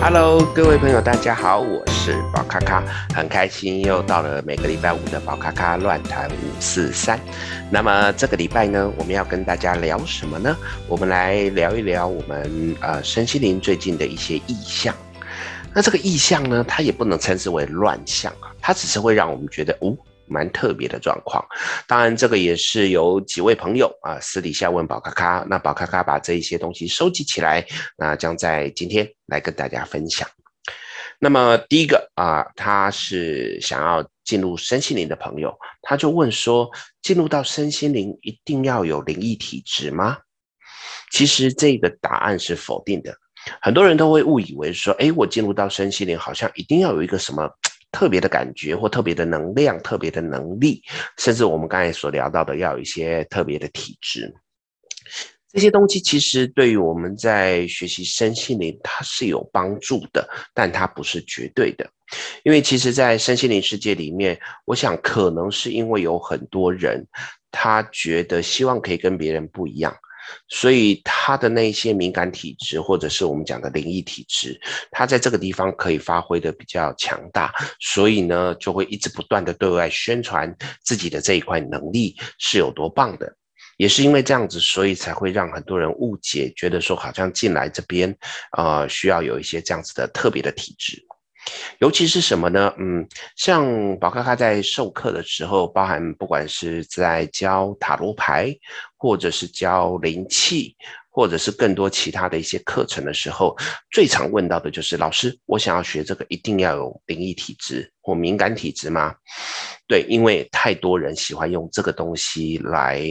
Hello，各位朋友，大家好，我是宝咖咖，很开心又到了每个礼拜五的宝咖咖乱谈543。那么这个礼拜呢，我们要跟大家聊什么呢？我们来聊一聊我们身心灵最近的一些意象。那这个意象呢，它也不能称之为乱象，它只是会让我们觉得蛮特别的状况。当然这个也是有几位朋友私底下问宝咖咖，那宝咖咖把这一些东西收集起来，那将在今天来跟大家分享。那么第一个他是想要进入身心灵的朋友，他就问说，进入到身心灵一定要有灵异体质吗？其实这个答案是否定的。很多人都会误以为说，我进入到身心灵好像一定要有一个什么特别的感觉或特别的能量、特别的能力，甚至我们刚才所聊到的要有一些特别的体质。这些东西其实对于我们在学习身心灵它是有帮助的，但它不是绝对的。因为其实在身心灵世界里面，我想可能是因为有很多人他觉得希望可以跟别人不一样，所以他的那些敏感体质或者是我们讲的灵异体质，他在这个地方可以发挥的比较强大，所以呢就会一直不断的对外宣传自己的这一块能力是有多棒的。也是因为这样子，所以才会让很多人误解，觉得说好像进来这边需要有一些这样子的特别的体质。尤其是什么呢？像宝咖咖在授课的时候，包含不管是在教塔罗牌，或者是教灵气，或者是更多其他的一些课程的时候，最常问到的就是老师，我想要学这个，一定要有灵异体质或敏感体质吗？对，因为太多人喜欢用这个东西来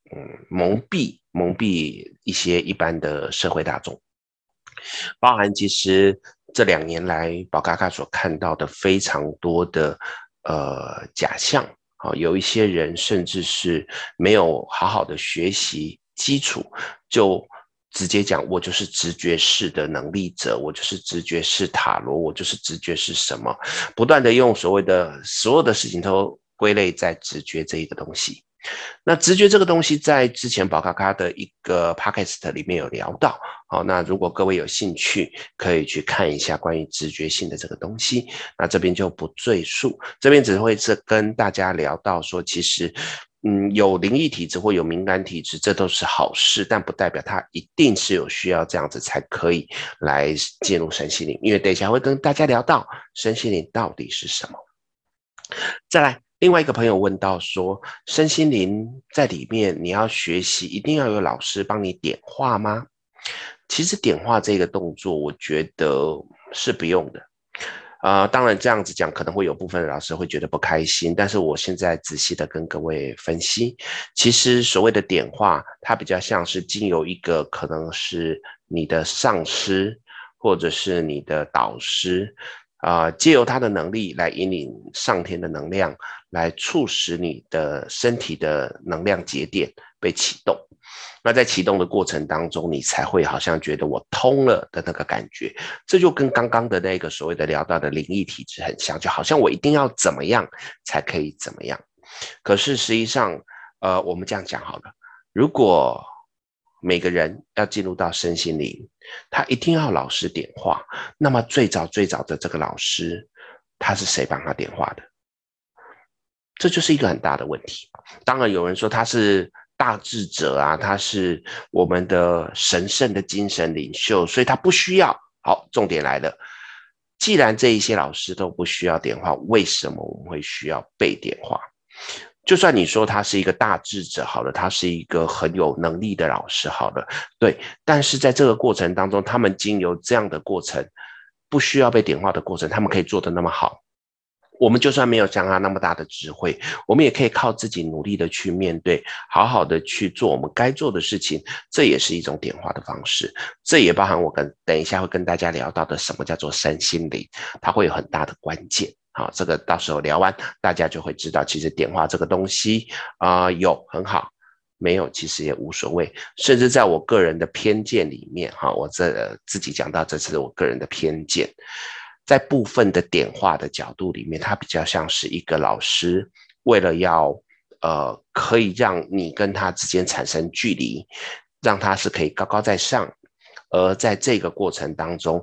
蒙蔽一些一般的社会大众。包含其实这2年来宝咖咖所看到的非常多的假象，有一些人甚至是没有好好的学习基础，就直接讲我就是直觉式的能力者，我就是直觉式塔罗，我就是直觉是什么，不断的用所谓的所有的事情都归类在直觉这一个东西。那直觉这个东西在之前宝咖咖的一个 podcast 里面有聊到，那如果各位有兴趣可以去看一下关于直觉性的这个东西，那这边就不赘述，这边只会是跟大家聊到说，其实有灵异体质或有敏感体质，这都是好事，但不代表它一定是有需要这样子才可以来进入身心灵，因为等一下会跟大家聊到身心灵到底是什么。再来，另外一个朋友问到说，身心灵在里面你要学习，一定要有老师帮你点化吗？其实点化这个动作，我觉得是不用的。当然这样子讲可能会有部分的老师会觉得不开心，但是我现在仔细的跟各位分析，其实所谓的点化，它比较像是经由一个可能是你的上师或者是你的导师，藉由他的能力来引领上天的能量，来促使你的身体的能量节点被启动。那在启动的过程当中，你才会好像觉得我通了的那个感觉，这就跟刚刚的那个所谓的聊到的灵异体质很像，就好像我一定要怎么样才可以怎么样。可是实际上，我们这样讲好了，如果每个人要进入到身心灵，他一定要老师点化，那么最早的这个老师，他是谁帮他点化的？这就是一个很大的问题。当然有人说他是大智者他是我们的神圣的精神领袖，所以他不需要。好，重点来了，既然这一些老师都不需要点化，为什么我们会需要被点化？就算你说他是一个大智者好了，他是一个很有能力的老师好了，对，但是在这个过程当中，他们经由这样的过程，不需要被点化的过程，他们可以做得那么好。我们就算没有像他那么大的智慧，我们也可以靠自己努力的去面对，好好的去做我们该做的事情，这也是一种点化的方式。这也包含我等一下会跟大家聊到的什么叫做身心灵，它会有很大的关键。好，这个到时候聊完，大家就会知道，其实点化这个东西有很好，没有其实也无所谓。甚至在我个人的偏见里面，我自己讲到，这是我个人的偏见。在部分的点化的角度里面，它比较像是一个老师为了要可以让你跟他之间产生距离，让他是可以高高在上，而在这个过程当中，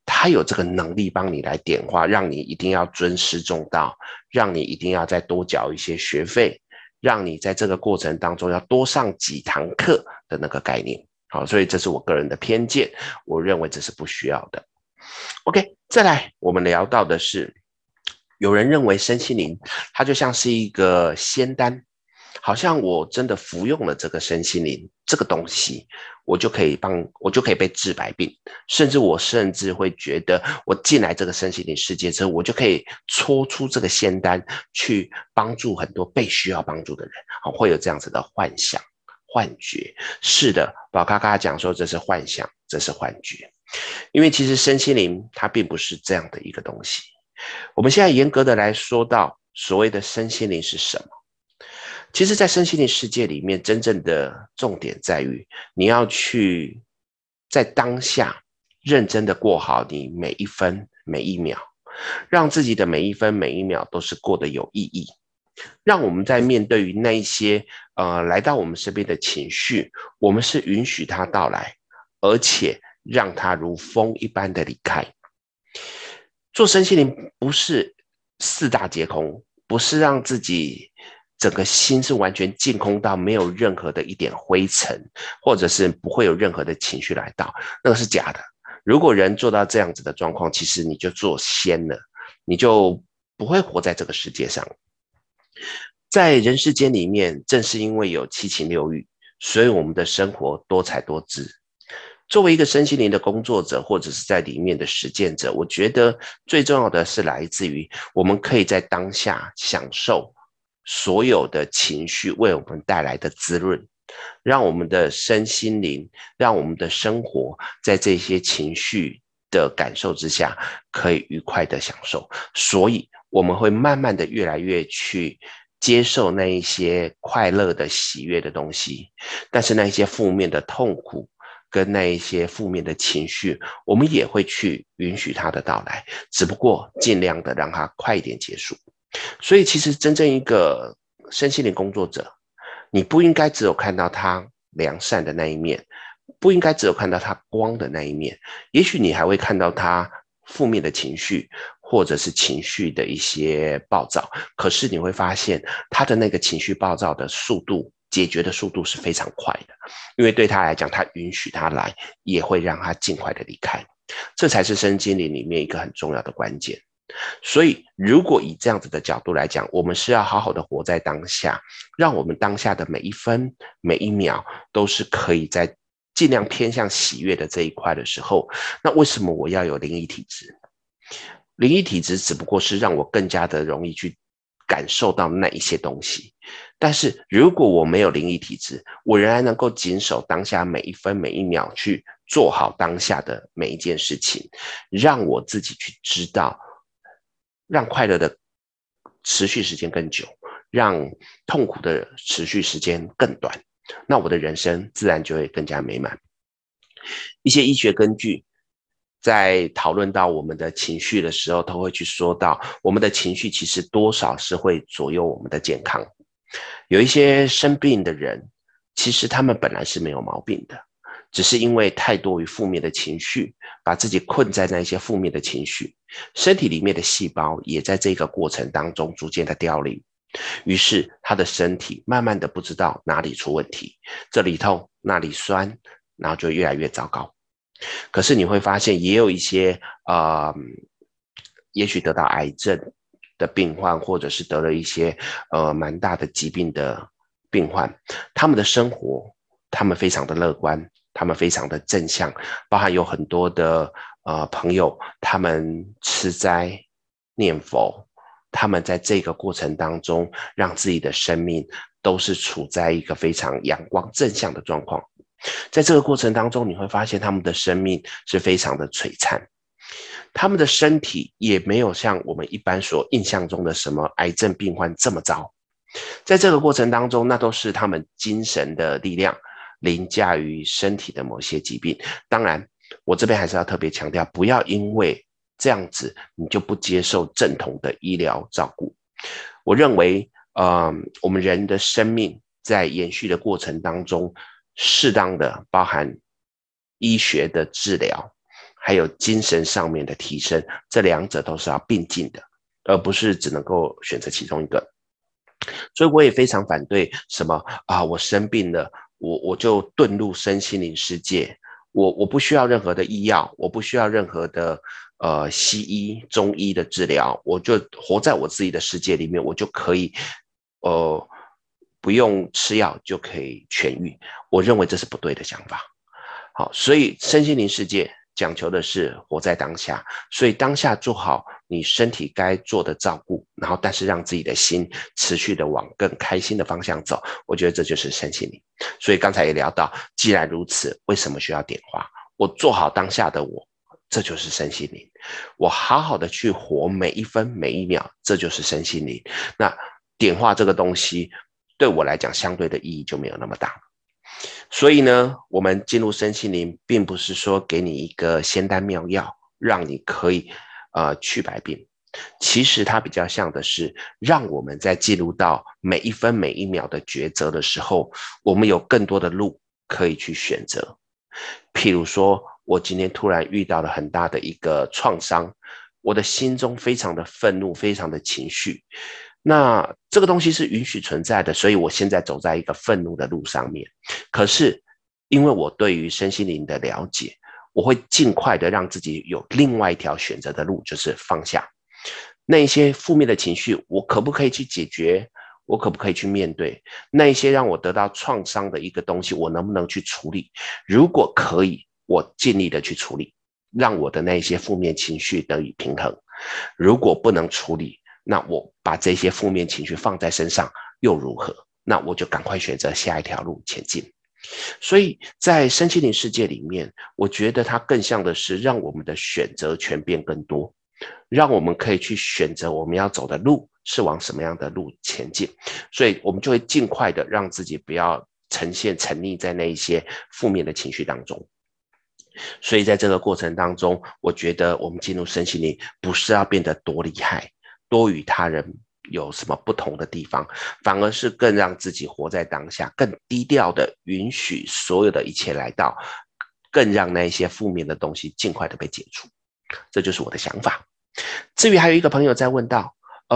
他有这个能力帮你来点化，让你一定要尊师重道，让你一定要再多缴一些学费，让你在这个过程当中要多上几堂课的那个概念。好，所以这是我个人的偏见，我认为这是不需要的。OK， 再来我们聊到的是，有人认为身心灵它就像是一个仙丹，好像我真的服用了这个身心灵这个东西，我就可以被治百病，我甚至会觉得我进来这个身心灵世界之后，我就可以搓出这个仙丹去帮助很多被需要帮助的人，会有这样子的幻想幻觉。是的，宝咖咖讲说这是幻想，这是幻觉，因为其实身心灵它并不是这样的一个东西。我们现在严格的来说到所谓的身心灵是什么，其实在身心灵世界里面，真正的重点在于你要去在当下认真的过好你每一分每一秒，让自己的每一分每一秒都是过得有意义，让我们在面对于那一些来到我们身边的情绪，我们是允许它到来，而且让它如风一般的离开。做身心灵不是四大皆空，不是让自己整个心是完全净空到没有任何的一点灰尘，或者是不会有任何的情绪来到，那个是假的。如果人做到这样子的状况，其实你就做仙了，你就不会活在这个世界上。在人世间里面，正是因为有七情六欲，所以我们的生活多彩多姿。作为一个身心灵的工作者，或者是在里面的实践者，我觉得最重要的是来自于我们可以在当下享受所有的情绪为我们带来的滋润，让我们的身心灵，让我们的生活在这些情绪的感受之下可以愉快的享受。所以我们会慢慢的越来越去接受那一些快乐的喜悦的东西，但是那一些负面的痛苦跟那一些负面的情绪，我们也会去允许它的到来，只不过尽量的让它快一点结束。所以其实真正一个身心灵工作者，你不应该只有看到他良善的那一面，不应该只有看到他光的那一面，也许你还会看到他负面的情绪，或者是情绪的一些暴躁，可是你会发现他的那个情绪暴躁的速度，解决的速度是非常快的，因为对他来讲，他允许他来，也会让他尽快的离开，这才是身心灵里面一个很重要的关键。所以如果以这样子的角度来讲，我们是要好好的活在当下，让我们当下的每一分每一秒都是可以在尽量偏向喜悦的这一块的时候，那为什么我要有灵异体质？灵异体质只不过是让我更加的容易去感受到那一些东西，但是如果我没有灵异体质，我仍然能够谨守当下每一分每一秒去做好当下的每一件事情，让我自己去知道，让快乐的持续时间更久，让痛苦的持续时间更短，那我的人生自然就会更加美满。一些医学根据在讨论到我们的情绪的时候，都会去说到我们的情绪其实多少是会左右我们的健康。有一些生病的人，其实他们本来是没有毛病的，只是因为太多于负面的情绪，把自己困在那些负面的情绪，身体里面的细胞也在这个过程当中逐渐的凋零，于是他的身体慢慢的不知道哪里出问题，这里痛那里酸，然后就越来越糟糕。可是你会发现也有一些也许得到癌症的病患，或者是得了一些蛮大的疾病的病患，他们的生活他们非常的乐观，他们非常的正向，包含有很多的朋友，他们吃斋念佛，他们在这个过程当中让自己的生命都是处在一个非常阳光正向的状况。在这个过程当中，你会发现他们的生命是非常的璀璨，他们的身体也没有像我们一般所印象中的什么癌症病患这么糟。在这个过程当中，那都是他们精神的力量凌驾于身体的某些疾病。当然，我这边还是要特别强调，不要因为这样子你就不接受正统的医疗照顾。我认为，我们人的生命在延续的过程当中，适当的包含医学的治疗， 还有精神上面的提升，这两者都是要并进的，而不是只能够选择其中一个。所以我也非常反对什么我生病了，我就遁入身心灵世界，我不需要任何的医药，我不需要任何的西医、中医的治疗，我就活在我自己的世界里面，我就可以不用吃药就可以痊愈。我认为这是不对的想法。好，所以身心灵世界讲求的是活在当下，所以当下做好你身体该做的照顾，然后但是让自己的心持续的往更开心的方向走，我觉得这就是身心灵。所以刚才也聊到，既然如此，为什么需要点化？我做好当下的我，这就是身心灵。我好好的去活每一分每一秒，这就是身心灵。那点化这个东西对我来讲相对的意义就没有那么大。所以呢，我们进入身心灵，并不是说给你一个仙丹妙药，让你可以去百病。其实它比较像的是，让我们在进入到每一分每一秒的抉择的时候，我们有更多的路可以去选择。譬如说，我今天突然遇到了很大的一个创伤，我的心中非常的愤怒，非常的情绪。那这个东西是允许存在的，所以我现在走在一个愤怒的路上面。可是，因为我对于身心灵的了解，我会尽快的让自己有另外一条选择的路，就是放下那一些负面的情绪。我可不可以去解决？我可不可以去面对那一些让我得到创伤的一个东西？我能不能去处理？如果可以，我尽力的去处理，让我的那一些负面情绪得以平衡。如果不能处理，那我把这些负面情绪放在身上又如何？那我就赶快选择下一条路前进。所以在身心灵世界里面，我觉得它更像的是让我们的选择权变更多，让我们可以去选择我们要走的路是往什么样的路前进。所以我们就会尽快的让自己不要沉溺在那一些负面的情绪当中。所以在这个过程当中，我觉得我们进入身心灵不是要变得多厉害，多与他人有什么不同的地方，反而是更让自己活在当下，更低调的允许所有的一切来到，更让那些负面的东西尽快的被解除。这就是我的想法。至于还有一个朋友在问到，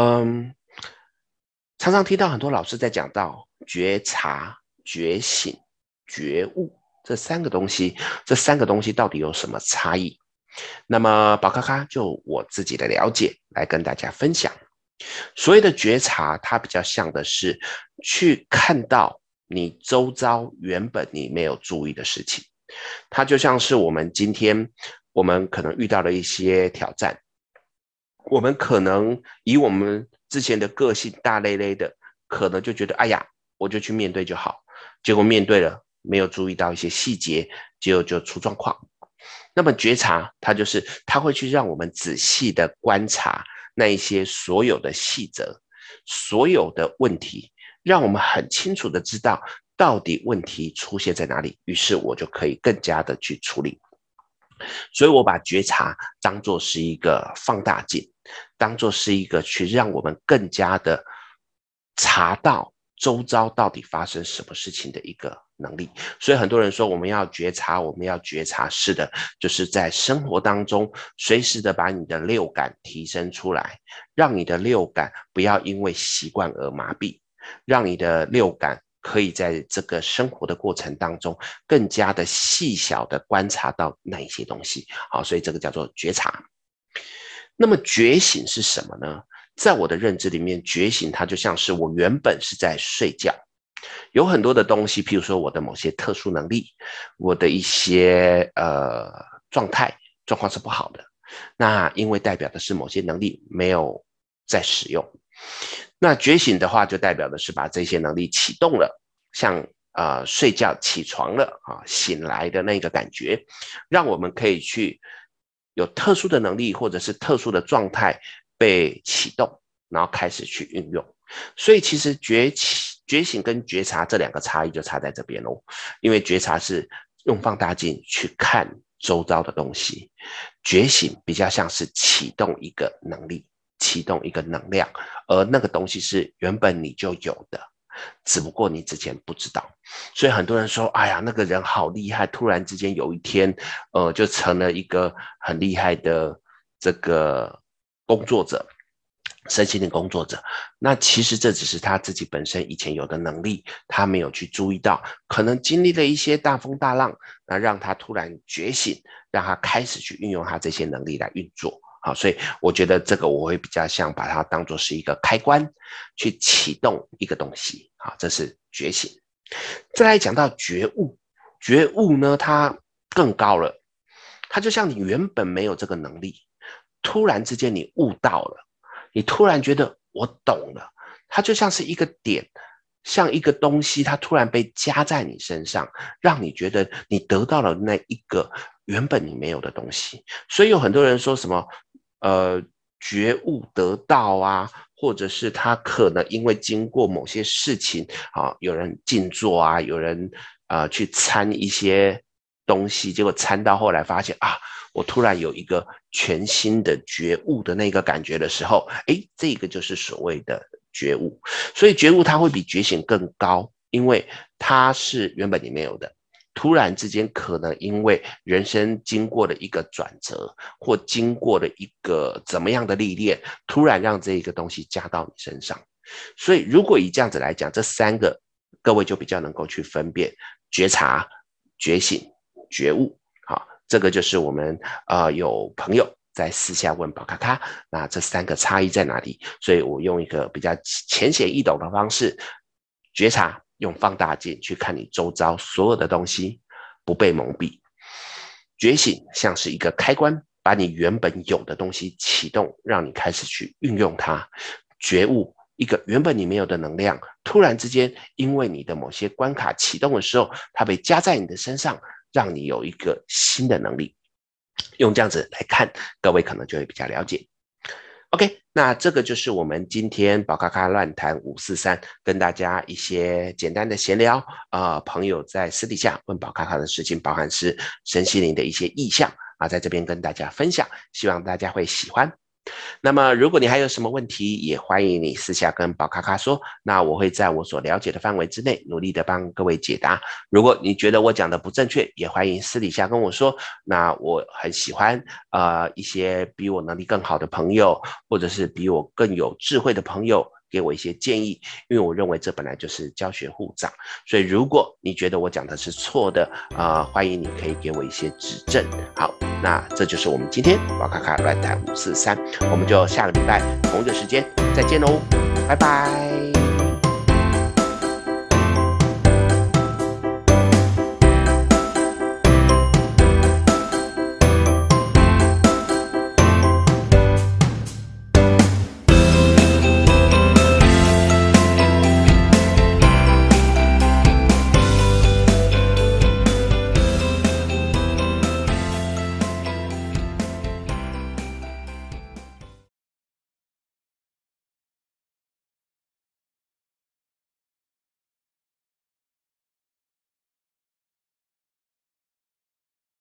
常常听到很多老师在讲到觉察、觉醒、觉悟这三个东西，这三个东西到底有什么差异？那么宝咖咖就我自己的了解来跟大家分享。所谓的觉察，它比较像的是去看到你周遭原本你没有注意的事情。它就像是我们今天我们可能遇到了一些挑战，我们可能以我们之前的个性大咧咧的，可能就觉得哎呀，我就去面对就好，结果面对了没有注意到一些细节，结果就出状况。那么觉察它会去让我们仔细的观察那一些所有的细则，所有的问题，让我们很清楚的知道到底问题出现在哪里，于是我就可以更加的去处理。所以我把觉察当作是一个放大镜，当作是一个去让我们更加的查到周遭到底发生什么事情的一个能力。所以很多人说我们要觉察，我们要觉察，是的，就是在生活当中随时的把你的六感提升出来，让你的六感不要因为习惯而麻痹，让你的六感可以在这个生活的过程当中更加的细小的观察到那一些东西。好，所以这个叫做觉察。那么觉醒是什么呢？在我的认知里面，觉醒它就像是我原本是在睡觉，有很多的东西，譬如说我的某些特殊能力，我的一些状况是不好的，那因为代表的是某些能力没有在使用。那觉醒的话，就代表的是把这些能力启动了，像睡觉起床了醒来的那个感觉，让我们可以去有特殊的能力或者是特殊的状态被启动，然后开始去运用。所以其实觉醒跟觉察这两个差异就差在这边咯，因为觉察是用放大镜去看周遭的东西，觉醒比较像是启动一个能力，启动一个能量，而那个东西是原本你就有的， 只不过你之前不知道。所以很多人说，哎呀，那个人好厉害，突然之间有一天，就成了一个很厉害的这个工作者，身心灵工作者。那其实这只是他自己本身以前有的能力，他没有去注意到，可能经历了一些大风大浪，那让他突然觉醒，让他开始去运用他这些能力来运作。好，所以我觉得这个我会比较像把它当作是一个开关，去启动一个东西。好，这是觉醒。再来讲到觉悟，觉悟呢，它更高了，它就像你原本没有这个能力，突然之间你悟到了，你突然觉得我懂了，它就像是一个点，像一个东西，它突然被加在你身上，让你觉得你得到了那一个原本你没有的东西。所以有很多人说什么觉悟得到啊，或者是他可能因为经过某些事情啊，有人静坐啊，有人去参一些东西，结果参到后来发现啊，我突然有一个全新的觉悟的那个感觉的时候，诶，这个就是所谓的觉悟。所以觉悟它会比觉醒更高，因为它是原本你没有的。突然之间，可能因为人生经过了一个转折，或经过了一个怎么样的历练，突然让这个东西加到你身上。所以，如果以这样子来讲，这三个各位就比较能够去分辨觉察、觉醒、觉悟。好，这个就是我们有朋友在私下问宝咖咖，那这三个差异在哪里？所以我用一个比较浅显易懂的方式，觉察。用放大镜去看你周遭所有的东西，不被蒙蔽。觉醒像是一个开关，把你原本有的东西启动，让你开始去运用它。觉悟，一个原本你没有的能量，突然之间因为你的某些关卡启动的时候，它被加在你的身上，让你有一个新的能力。用这样子来看，各位可能就会比较了解。OK， 那这个就是我们今天宝咖咖乱谈543跟大家一些简单的闲聊朋友在私底下问宝咖咖的事情，包含是身心灵的一些意向在这边跟大家分享，希望大家会喜欢。那么如果你还有什么问题，也欢迎你私下跟宝咖咖说，那我会在我所了解的范围之内努力的帮各位解答。如果你觉得我讲的不正确，也欢迎私底下跟我说。那我很喜欢一些比我能力更好的朋友，或者是比我更有智慧的朋友，给我一些建议，因为我认为这本来就是教学互长。所以如果你觉得我讲的是错的欢迎你可以给我一些指正。好，那这就是我们今天宝咖咖乱谈543，我们就下个礼拜同一个时间再见喽，拜拜。